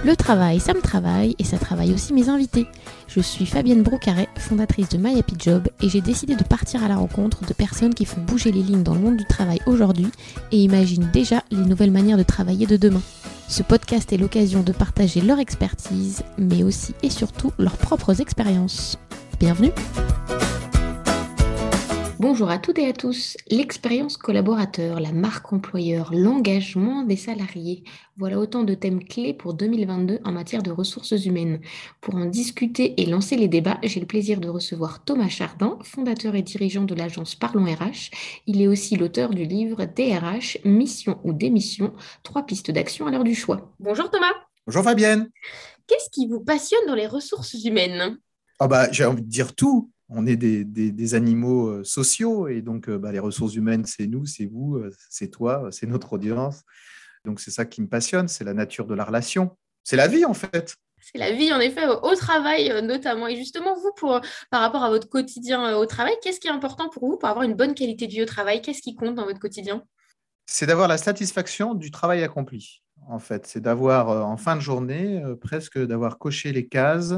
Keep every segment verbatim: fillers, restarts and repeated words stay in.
Le travail, ça me travaille et ça travaille aussi mes invités. Je suis Fabienne Broucaret, fondatrice de My Happy Job et j'ai décidé de partir à la rencontre de personnes qui font bouger les lignes dans le monde du travail aujourd'hui et imaginent déjà les nouvelles manières de travailler de demain. Ce podcast est l'occasion de partager leur expertise, mais aussi et surtout leurs propres expériences. Bienvenue! Bonjour à toutes et à tous. L'expérience collaborateur, la marque employeur, l'engagement des salariés, voilà autant de thèmes clés pour deux mille vingt-deux en matière de ressources humaines. Pour en discuter et lancer les débats, j'ai le plaisir de recevoir Thomas Chardin, fondateur et dirigeant de l'agence Parlons R H. Il est aussi l'auteur du livre D R H, Mission ou Démission, trois pistes d'action à l'heure du choix. Bonjour Thomas. Bonjour Fabienne. Qu'est-ce qui vous passionne dans les ressources humaines ? Ah bah, j'ai envie de dire tout. On est des, des, des animaux euh, sociaux et donc euh, bah, les ressources humaines, c'est nous, c'est vous, euh, c'est toi, c'est notre audience. Donc c'est ça qui me passionne, c'est la nature de la relation. C'est la vie en fait. C'est la vie en effet au travail euh, notamment. Et justement, vous, pour, par rapport à votre quotidien euh, au travail, qu'est-ce qui est important pour vous pour avoir une bonne qualité de vie au travail ? Qu'est-ce qui compte dans votre quotidien ? C'est d'avoir la satisfaction du travail accompli. En fait, c'est d'avoir euh, en fin de journée euh, presque d'avoir coché les cases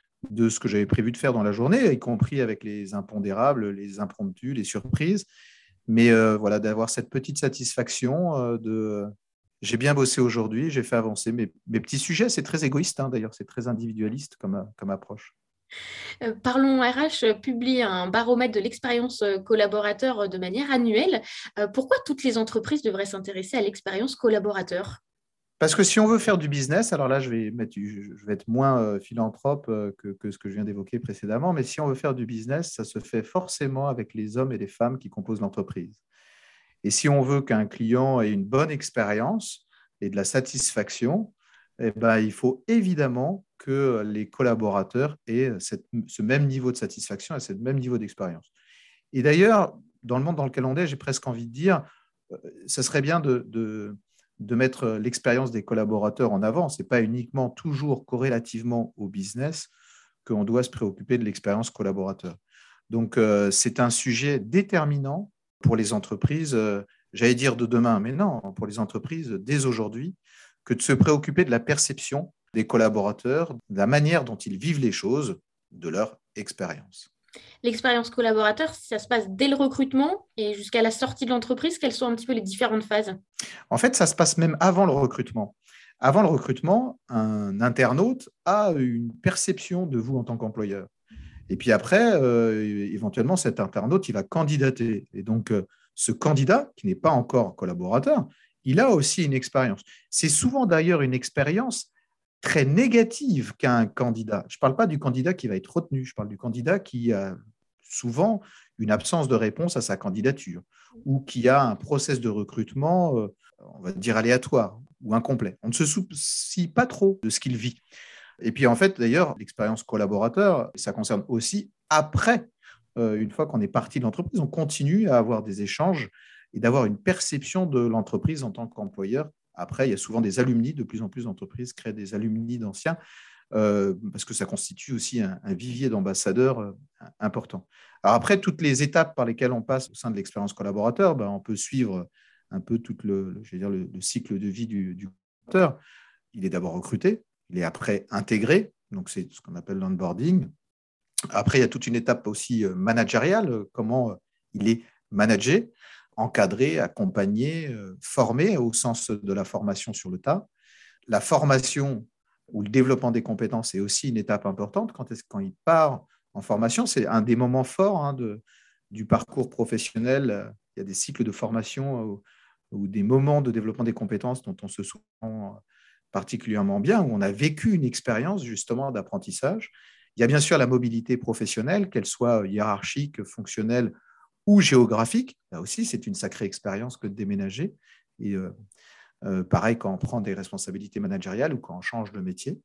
de ce que j'avais prévu de faire dans la journée, y compris avec les impondérables, les impromptus, les surprises. Mais euh, voilà, d'avoir cette petite satisfaction euh, de euh, j'ai bien bossé aujourd'hui, j'ai fait avancer mes, mes petits sujets. C'est très égoïste, hein, d'ailleurs, c'est très individualiste comme, comme approche. Euh, Parlons R H publie un baromètre de l'expérience euh, collaborateur euh, de manière annuelle. Euh, pourquoi toutes les entreprises devraient s'intéresser à l'expérience collaborateur ? Parce que si on veut faire du business, alors là, je vais, mettre, je vais être moins euh, philanthrope euh, que, que ce que je viens d'évoquer précédemment, mais si on veut faire du business, ça se fait forcément avec les hommes et les femmes qui composent l'entreprise. Et si on veut qu'un client ait une bonne expérience et de la satisfaction, eh ben, il faut évidemment que les collaborateurs aient cette, ce même niveau de satisfaction et ce même niveau d'expérience. Et d'ailleurs, dans le monde dans lequel on est, j'ai presque envie de dire, euh, ça serait bien de, de, de mettre l'expérience des collaborateurs en avant. Ce n'est pas uniquement toujours corrélativement au business qu'on doit se préoccuper de l'expérience collaborateur. Donc, euh, c'est un sujet déterminant pour les entreprises, euh, j'allais dire de demain, mais non, pour les entreprises dès aujourd'hui, que de se préoccuper de la perception des collaborateurs, de la manière dont ils vivent les choses, de leur expérience. L'expérience collaborateur, ça se passe dès le recrutement et jusqu'à la sortie de l'entreprise. Quelles sont un petit peu les différentes phases ? En fait, ça se passe même avant le recrutement. Avant le recrutement, un internaute a une perception de vous en tant qu'employeur. Et puis après, euh, éventuellement, cet internaute, il va candidater. Et donc, euh, ce candidat, qui n'est pas encore collaborateur, il a aussi une expérience. C'est souvent d'ailleurs une expérience très négative qu'un candidat. Je ne parle pas du candidat qui va être retenu, je parle du candidat qui a souvent une absence de réponse à sa candidature ou qui a un process de recrutement, euh, on va dire, aléatoire ou incomplet. On ne se soucie pas trop de ce qu'il vit. Et puis, en fait, d'ailleurs, l'expérience collaborateur, ça concerne aussi après, euh, une fois qu'on est parti de l'entreprise, on continue à avoir des échanges et d'avoir une perception de l'entreprise en tant qu'employeur. Après, il y a souvent des alumni, de plus en plus d'entreprises créent des alumni d'anciens, euh, parce que ça constitue aussi un, un vivier d'ambassadeurs euh, important. Alors après, toutes les étapes par lesquelles on passe au sein de l'expérience collaborateur, ben, on peut suivre un peu tout le, le, je vais dire, le, le cycle de vie du, du collaborateur. Il est d'abord recruté, il est après intégré, donc c'est ce qu'on appelle l'onboarding. Après, il y a toute une étape aussi managériale, comment il est managé, encadré, accompagné, formé au sens de la formation sur le tas. La formation ou le développement des compétences est aussi une étape importante. Quand, est-ce, quand il part en formation, c'est un des moments forts hein, de, du parcours professionnel. Il y a des cycles de formation ou, ou des moments de développement des compétences dont on se souvient particulièrement bien, où on a vécu une expérience justement d'apprentissage. Il y a bien sûr la mobilité professionnelle, qu'elle soit hiérarchique, fonctionnelle ou géographique. Là aussi, c'est une sacrée expérience que de déménager. Et euh, euh, pareil quand on prend des responsabilités managériales ou quand on change de métier.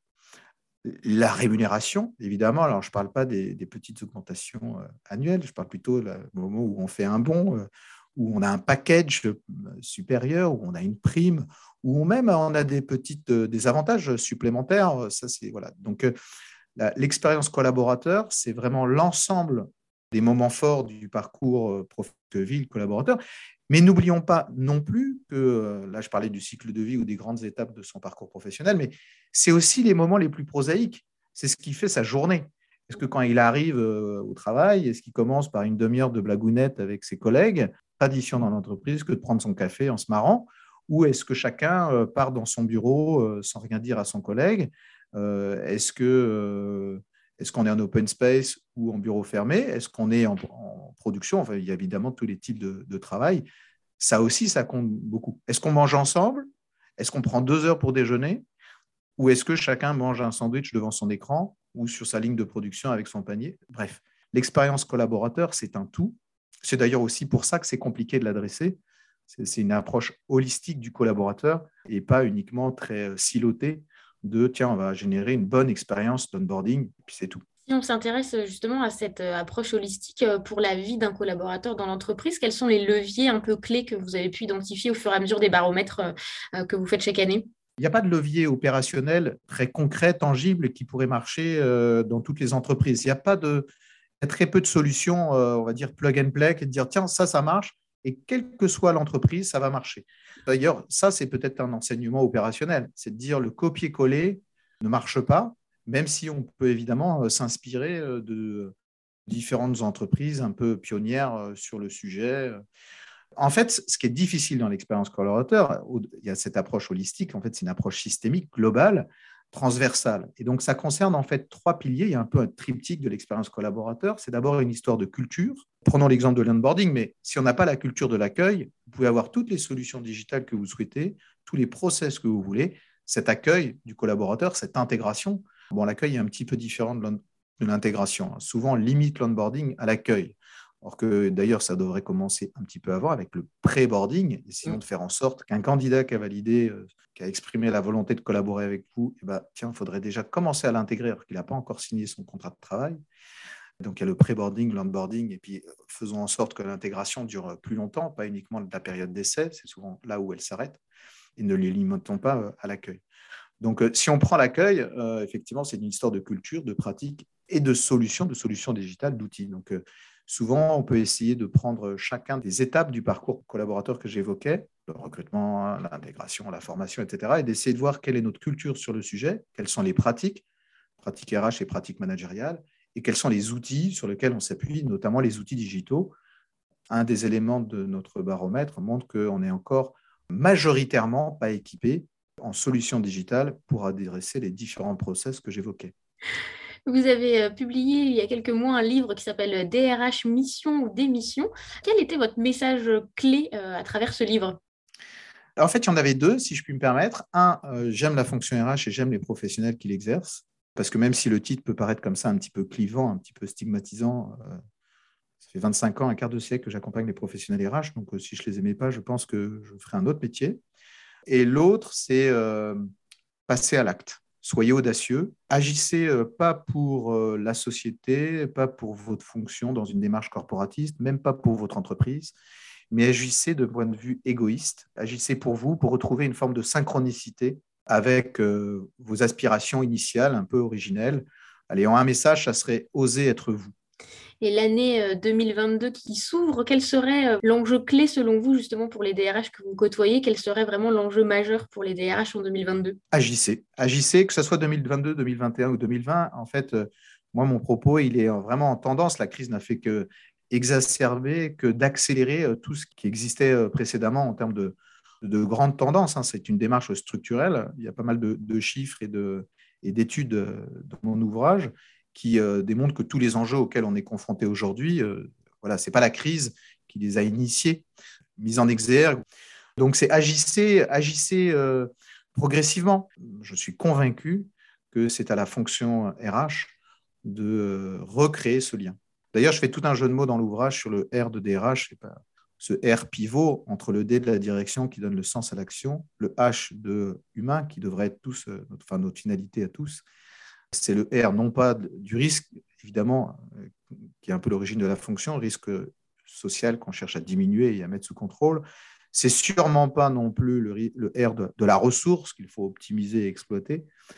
La rémunération, évidemment. Alors, je ne parle pas des, des petites augmentations euh, annuelles, je parle plutôt du moment où on fait un bond, euh, où on a un package supérieur, où on a une prime, où même on a des petites euh, des avantages supplémentaires. Ça, c'est, voilà. Donc, euh, la, l'expérience collaborateur, c'est vraiment l'ensemble des moments forts du parcours professionnel collaborateur. Mais n'oublions pas non plus que, là je parlais du cycle de vie ou des grandes étapes de son parcours professionnel, mais c'est aussi les moments les plus prosaïques. C'est ce qui fait sa journée. Est-ce que quand il arrive au travail, est-ce qu'il commence par une demi-heure de blagounette avec ses collègues, tradition dans l'entreprise que de prendre son café en se marrant, ou est-ce que chacun part dans son bureau sans rien dire à son collègue? Est-ce que Est-ce qu'on est en open space ou en bureau fermé? Est-ce qu'on est en, en production? Enfin, il y a évidemment tous les types de, de travail. Ça aussi, ça compte beaucoup. Est-ce qu'on mange ensemble? Est-ce qu'on prend deux heures pour déjeuner? Ou est-ce que chacun mange un sandwich devant son écran ou sur sa ligne de production avec son panier? Bref, l'expérience collaborateur, c'est un tout. C'est d'ailleurs aussi pour ça que c'est compliqué de l'adresser. C'est, c'est une approche holistique du collaborateur et pas uniquement très silotée de tiens, on va générer une bonne expérience d'onboarding, et puis c'est tout. Si on s'intéresse justement à cette approche holistique pour la vie d'un collaborateur dans l'entreprise, quels sont les leviers un peu clés que vous avez pu identifier au fur et à mesure des baromètres que vous faites chaque année? Il n'y a pas de levier opérationnel très concret, tangible, qui pourrait marcher dans toutes les entreprises. Il n'y a pas de, il y a très peu de solutions, on va dire plug and play, et de dire tiens, ça, ça marche, et quelle que soit l'entreprise, ça va marcher. D'ailleurs, ça, c'est peut-être un enseignement opérationnel, c'est de dire le copier-coller ne marche pas, même si on peut évidemment s'inspirer de différentes entreprises un peu pionnières sur le sujet. En fait, ce qui est difficile dans l'expérience collaborateur, il y a cette approche holistique, en fait, c'est une approche systémique, globale, transversale. Et donc, ça concerne en fait trois piliers. Il y a un peu un triptyque de l'expérience collaborateur. C'est d'abord une histoire de culture. Prenons l'exemple de l'onboarding, mais si on n'a pas la culture de l'accueil, vous pouvez avoir toutes les solutions digitales que vous souhaitez, tous les process que vous voulez. Cet accueil du collaborateur, cette intégration, bon, l'accueil est un petit peu différent de l'intégration. Souvent, on limite l'onboarding à l'accueil. Or que d'ailleurs, ça devrait commencer un petit peu avant avec le pré-boarding, essayons de faire en sorte qu'un candidat qui a validé, euh, qui a exprimé la volonté de collaborer avec vous, eh ben, tiens, il faudrait déjà commencer à l'intégrer alors qu'il n'a pas encore signé son contrat de travail. Donc, il y a le pré-boarding, l'onboarding, et puis faisons en sorte que l'intégration dure plus longtemps, pas uniquement la période d'essai, c'est souvent là où elle s'arrête, et ne les limitons pas à l'accueil. Donc, si on prend l'accueil, euh, effectivement, c'est une histoire de culture, de pratique et de solutions, de solutions digitales, d'outils. Donc, euh, souvent, on peut essayer de prendre chacun des étapes du parcours collaborateur que j'évoquais, le recrutement, l'intégration, la formation, et cetera, et d'essayer de voir quelle est notre culture sur le sujet, quelles sont les pratiques, pratiques R H et pratiques managériales, et quels sont les outils sur lesquels on s'appuie, notamment les outils digitaux. Un des éléments de notre baromètre montre qu'on n'est encore majoritairement pas équipé en solutions digitales pour adresser les différents process que j'évoquais. Vous avez publié il y a quelques mois un livre qui s'appelle D R H Mission ou Démission. Quel était votre message clé à travers ce livre? En fait, il y en avait deux, si je puis me permettre. Un, euh, j'aime la fonction R H et j'aime les professionnels qui l'exercent. Parce que même si le titre peut paraître comme ça un petit peu clivant, un petit peu stigmatisant, euh, ça fait vingt-cinq ans, un quart de siècle que j'accompagne les professionnels R H. Donc, euh, si je ne les aimais pas, je pense que je ferais un autre métier. Et l'autre, c'est euh, passer à l'acte. Soyez audacieux. Agissez euh, pas pour euh, la société, pas pour votre fonction dans une démarche corporatiste, même pas pour votre entreprise, mais agissez de point de vue égoïste. Agissez pour vous, pour retrouver une forme de synchronicité avec euh, vos aspirations initiales, un peu originelles. Allez, en un message, ça serait oser être vous. Et l'année deux mille vingt-deux qui s'ouvre, quel serait l'enjeu clé selon vous justement pour les D R H que vous côtoyez? Quel serait vraiment l'enjeu majeur pour les D R H en deux mille vingt-deux? Agissez. Agissez, que ce soit deux mille vingt-deux, deux mille vingt et un ou deux mille vingt. En fait, euh, moi, mon propos, il est vraiment en tendance. La crise n'a fait que exacerber, que d'accélérer euh, tout ce qui existait euh, précédemment en termes de, de grandes tendances. Hein. C'est une démarche structurelle. Il y a pas mal de, de chiffres et, de, et d'études euh, dans mon ouvrage qui euh, démontrent que tous les enjeux auxquels on est confronté aujourd'hui, euh, voilà, ce n'est pas la crise qui les a initiés, mis en exergue. Donc, c'est agissez, agissez euh, progressivement. Je suis convaincu que c'est à la fonction R H de euh, recréer ce lien. D'ailleurs, je fais tout un jeu de mots dans l'ouvrage sur le R de D R H, ce R pivot entre le D de la direction qui donne le sens à l'action, le H de humain qui devrait être tous, enfin notre finalité à tous. C'est le R non pas du risque, évidemment, qui est un peu l'origine de la fonction, risque social qu'on cherche à diminuer et à mettre sous contrôle. C'est sûrement pas non plus le, le R de, de la ressource qu'il faut optimiser et exploiter.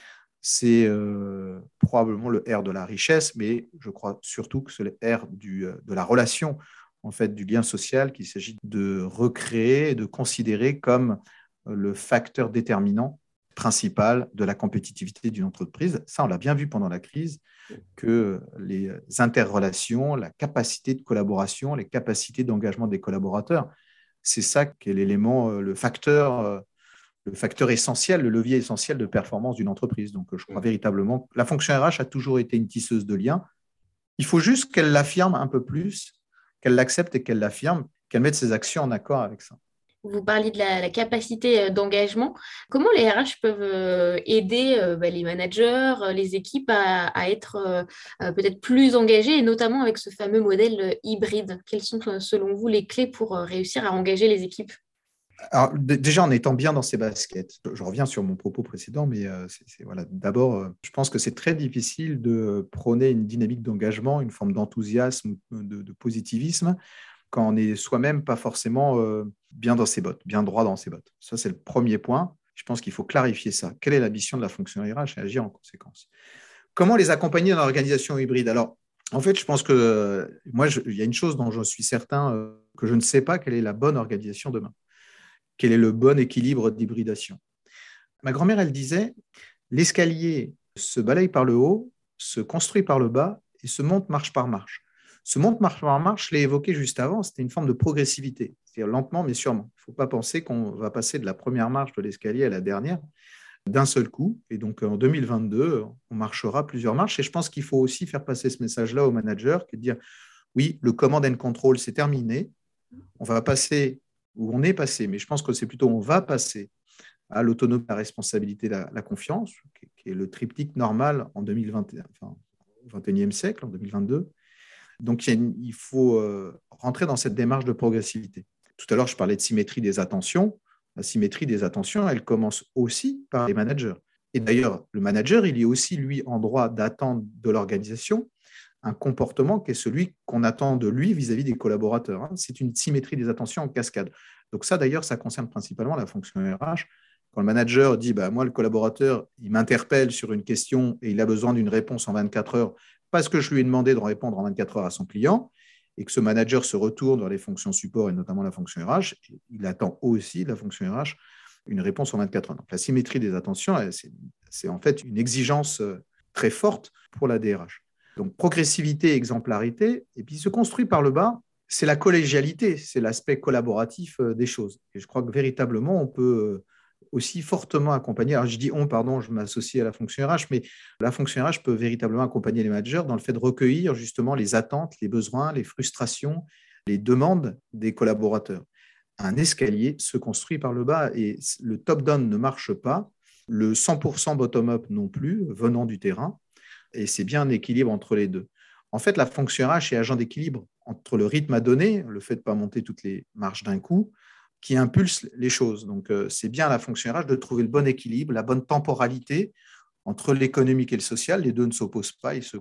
c'est euh, probablement le R de la richesse, mais je crois surtout que c'est le R du, euh, de la relation, en fait, du lien social qu'il s'agit de recréer et de considérer comme le facteur déterminant principal de la compétitivité d'une entreprise. Ça, on l'a bien vu pendant la crise, que les interrelations, la capacité de collaboration, les capacités d'engagement des collaborateurs, c'est ça qui est l'élément, le facteur, le facteur essentiel, le levier essentiel de performance d'une entreprise. Donc, je crois véritablement que la fonction R H a toujours été une tisseuse de liens. Il faut juste qu'elle l'affirme un peu plus, qu'elle l'accepte et qu'elle l'affirme, qu'elle mette ses actions en accord avec ça. Vous parliez de la, la capacité euh, d'engagement. Comment les R H peuvent euh, aider euh, bah, les managers, euh, les équipes à, à être euh, euh, peut-être plus engagés, et notamment avec ce fameux modèle euh, hybride? Quelles sont, euh, selon vous, les clés pour euh, réussir à engager les équipes? Alors, d- déjà, en étant bien dans ses baskets, je, je reviens sur mon propos précédent, mais euh, c'est, c'est- voilà, d'abord, euh, je pense que c'est très difficile de prôner une dynamique d'engagement, une forme d'enthousiasme, de, de positivisme, quand on n'est soi-même pas forcément euh, bien dans ses bottes, bien droit dans ses bottes. Ça, c'est le premier point. Je pense qu'il faut clarifier ça. Quelle est la mission de la fonction R H et agir en conséquence? Comment les accompagner dans l'organisation hybride? Alors, en fait, je pense que euh, moi, je- il y a une chose dont je suis certain, euh, que je ne sais pas quelle est la bonne organisation demain. Quel est le bon équilibre d'hybridation? Ma grand-mère, elle disait, l'escalier se balaye par le haut, se construit par le bas et se monte marche par marche. Ce monte marche par marche, je l'ai évoqué juste avant, c'était une forme de progressivité, c'est-à-dire lentement mais sûrement. Il ne faut pas penser qu'on va passer de la première marche de l'escalier à la dernière d'un seul coup. Et donc en deux mille vingt-deux, on marchera plusieurs marches. Et je pense qu'il faut aussi faire passer ce message-là aux managers, qui est de dire, oui, le command and control, c'est terminé. On va passer, ou on est passé, mais je pense que c'est plutôt on va passer à l'autonomie, la responsabilité, la, la confiance, qui est le triptyque normal en deux mille vingt, enfin, au vingt et unième siècle, en deux mille vingt-deux. Donc, il, y a une, il faut euh, rentrer dans cette démarche de progressivité. Tout à l'heure, je parlais de symétrie des attentions. La symétrie des attentions, elle commence aussi par les managers. Et d'ailleurs, le manager, il est aussi, lui, en droit d'attendre de l'organisation un comportement qui est celui qu'on attend de lui vis-à-vis des collaborateurs. C'est une symétrie des attentions en cascade. Donc ça, d'ailleurs, ça concerne principalement la fonction R H. Quand le manager dit, bah, moi, le collaborateur, il m'interpelle sur une question et il a besoin d'une réponse en vingt-quatre heures parce que je lui ai demandé de répondre en vingt-quatre heures à son client, et que ce manager se retourne vers les fonctions support et notamment la fonction R H, il attend aussi de la fonction R H une réponse en vingt-quatre heures. Donc la symétrie des attentions, c'est, c'est en fait une exigence très forte pour la D R H. Donc progressivité et exemplarité, et puis se construit par le bas, c'est la collégialité, c'est l'aspect collaboratif des choses. Et je crois que véritablement, on peut aussi fortement accompagner, alors je dis on, pardon, je m'associe à la fonction R H, mais la fonction R H peut véritablement accompagner les managers dans le fait de recueillir justement les attentes, les besoins, les frustrations, les demandes des collaborateurs. Un escalier se construit par le bas et le top-down ne marche pas, le cent pour cent bottom-up non plus, venant du terrain, et c'est bien un équilibre entre les deux. En fait, la fonction R H est agent d'équilibre entre le rythme à donner, le fait de ne pas monter toutes les marches d'un coup, qui impulse les choses. Donc, euh, c'est bien à la fonction R H de trouver le bon équilibre, la bonne temporalité entre l'économique et le social. Les deux ne s'opposent pas. Ils se,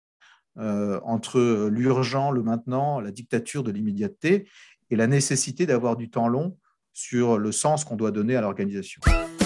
euh, entre l'urgent, le maintenant, la dictature de l'immédiateté et la nécessité d'avoir du temps long sur le sens qu'on doit donner à l'organisation.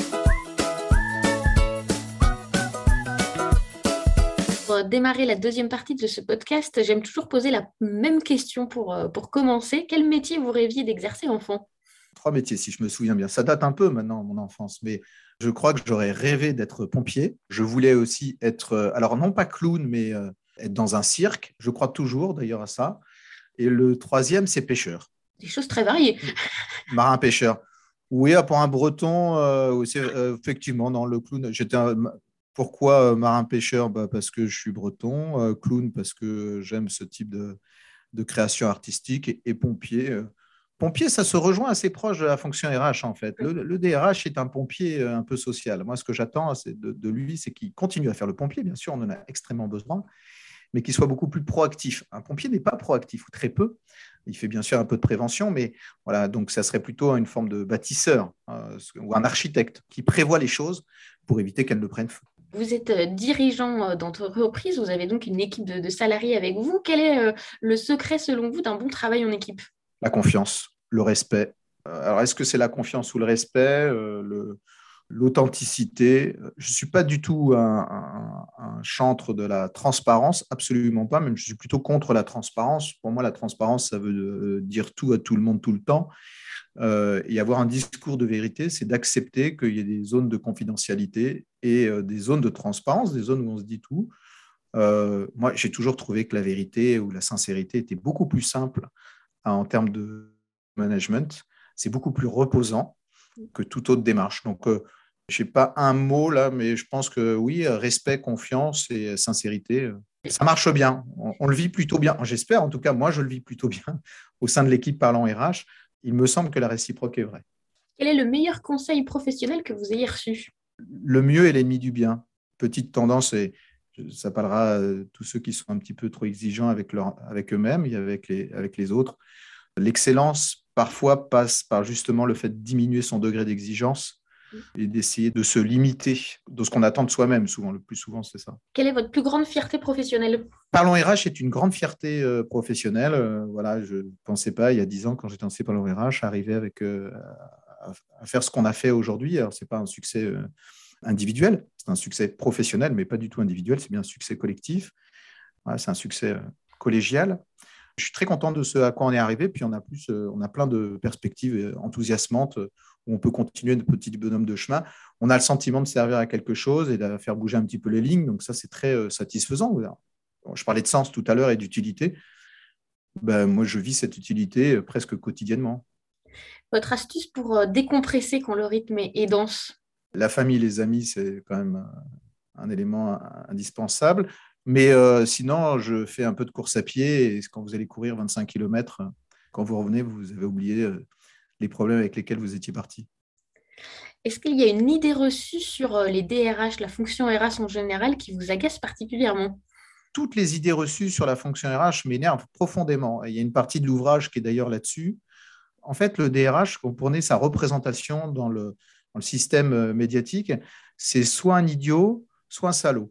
Pour démarrer la deuxième partie de ce podcast, j'aime toujours poser la même question pour, euh, pour commencer. Quel métier vous rêviez d'exercer enfant? Trois métiers, si je me souviens bien. Ça date un peu maintenant, mon enfance, mais je crois que j'aurais rêvé d'être pompier. Je voulais aussi être, alors non pas clown, mais euh, être dans un cirque. Je crois toujours d'ailleurs à ça. Et le troisième, c'est pêcheur. Des choses très variées. Marin-pêcheur. Oui, pour un breton, euh, c'est, euh, effectivement, dans le clown, j'étais un, pourquoi euh, marin-pêcheur? Bah, parce que je suis breton. Euh, clown, parce que j'aime ce type de, de création artistique. Et, et pompier. Euh, pompier, ça se rejoint assez proche de la fonction R H, en fait. Le, le D R H est un pompier un peu social. Moi, ce que j'attends de, de lui, c'est qu'il continue à faire le pompier. Bien sûr, on en a extrêmement besoin, mais qu'il soit beaucoup plus proactif. Un pompier n'est pas proactif, ou très peu. Il fait bien sûr un peu de prévention, mais voilà, donc ça serait plutôt une forme de bâtisseur euh, ou un architecte qui prévoit les choses pour éviter qu'elles ne prennent feu. Vous êtes euh, dirigeant euh, d'entreprise, vous avez donc une équipe de, de salariés avec vous. Quel est euh, le secret, selon vous, d'un bon travail en équipe? La confiance, le respect. Euh, alors, est-ce que c'est la confiance ou le respect? euh, le, l'authenticité. Je ne suis pas du tout un, un, un chantre de la transparence, absolument pas, même je suis plutôt contre la transparence. Pour moi, la transparence, ça veut dire tout à tout le monde tout le temps. Euh, et avoir un discours de vérité, c'est d'accepter qu'il y ait des zones de confidentialité et euh, des zones de transparence, des zones où on se dit tout. Euh, moi, j'ai toujours trouvé que la vérité ou la sincérité était beaucoup plus simple hein, en termes de management. C'est beaucoup plus reposant que toute autre démarche. Donc, euh, je n'ai pas un mot là, mais je pense que oui, respect, confiance et sincérité, ça marche bien. On, on le vit plutôt bien. J'espère, en tout cas, moi, je le vis plutôt bien au sein de l'équipe Parlons R H. Il me semble que la réciproque est vraie. Quel est le meilleur conseil professionnel que vous ayez reçu? Le mieux est l'ennemi du bien. Petite tendance, et ça parlera à tous ceux qui sont un petit peu trop exigeants avec, leur, avec eux-mêmes et avec les, avec les autres. L'excellence, parfois, passe par justement le fait de diminuer son degré d'exigence et d'essayer de se limiter de ce qu'on attend de soi-même. Souvent, le plus souvent, c'est ça. Quelle est votre plus grande fierté professionnelle? Parlons R H est une grande fierté euh, professionnelle. Euh, voilà, je ne pensais pas, il y a dix ans, quand j'étais lancé Parlons R H, arriver avec, euh, à, à faire ce qu'on a fait aujourd'hui. Alors, ce n'est pas un succès euh, individuel, c'est un succès professionnel, mais pas du tout individuel, c'est bien un succès collectif. Voilà, c'est un succès euh, collégial. Je suis très content de ce à quoi on est arrivé, puis on a, plus, euh, on a plein de perspectives enthousiasmantes où on peut continuer de petits bonhommes de chemin. On a le sentiment de servir à quelque chose et de faire bouger un petit peu les lignes, donc ça, c'est très euh, satisfaisant. Je parlais de sens tout à l'heure et d'utilité. Ben, moi, je vis cette utilité presque quotidiennement. Votre astuce pour décompresser quand le rythme est dense? La famille, les amis, c'est quand même un élément indispensable. Mais euh, sinon, je fais un peu de course à pied. Et quand vous allez courir vingt-cinq kilomètres, quand vous revenez, vous avez oublié euh, les problèmes avec lesquels vous étiez parti. Est-ce qu'il y a une idée reçue sur les D R H, la fonction R H en général, qui vous agace particulièrement? Toutes les idées reçues sur la fonction R H m'énervent profondément. Il y a une partie de l'ouvrage qui est d'ailleurs là-dessus. En fait, le D R H, quand vous prenez sa représentation dans le, dans le système médiatique, c'est soit un idiot, soit un salaud.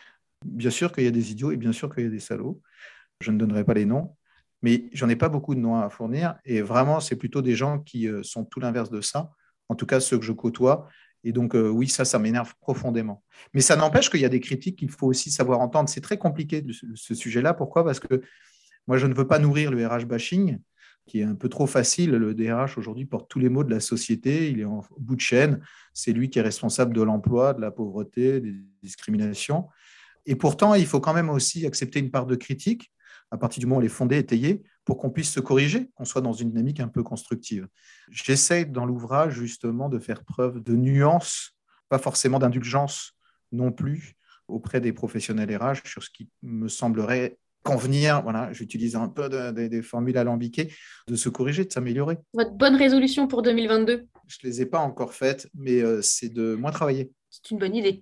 Bien sûr qu'il y a des idiots et bien sûr qu'il y a des salauds. Je ne donnerai pas les noms, mais j'en ai pas beaucoup de noms à fournir. Et vraiment, c'est plutôt des gens qui sont tout l'inverse de ça, en tout cas ceux que je côtoie. Et donc, euh, oui, ça, ça m'énerve profondément. Mais ça n'empêche qu'il y a des critiques qu'il faut aussi savoir entendre. C'est très compliqué, ce, ce sujet-là. Pourquoi? Parce que moi, je ne veux pas nourrir le R H bashing, qui est un peu trop facile. Le D R H, aujourd'hui, porte tous les maux de la société. Il est en bout de chaîne. C'est lui qui est responsable de l'emploi, de la pauvreté, des discriminations. Et pourtant, il faut quand même aussi accepter une part de critique, à partir du moment où elle est fondée, étayée, pour qu'on puisse se corriger, qu'on soit dans une dynamique un peu constructive. J'essaie dans l'ouvrage justement de faire preuve de nuance, pas forcément d'indulgence non plus, auprès des professionnels R H sur ce qui me semblerait convenir, voilà, j'utilise un peu de, de, des formules alambiquées, de se corriger, de s'améliorer. Votre bonne résolution pour deux mille vingt-deux? Je ne les ai pas encore faites, mais euh, c'est de moins travailler. C'est une bonne idée.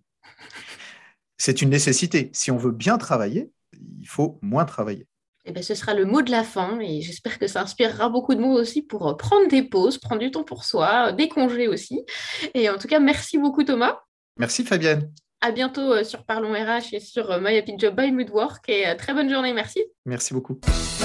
C'est une nécessité. Si on veut bien travailler, il faut moins travailler. Eh bien, ce sera le mot de la fin et j'espère que ça inspirera beaucoup de monde aussi pour prendre des pauses, prendre du temps pour soi, des congés aussi. Et en tout cas, merci beaucoup Thomas. Merci Fabienne. À bientôt sur Parlons R H et sur My Happy Job by Moodwork et très bonne journée, merci. Merci beaucoup.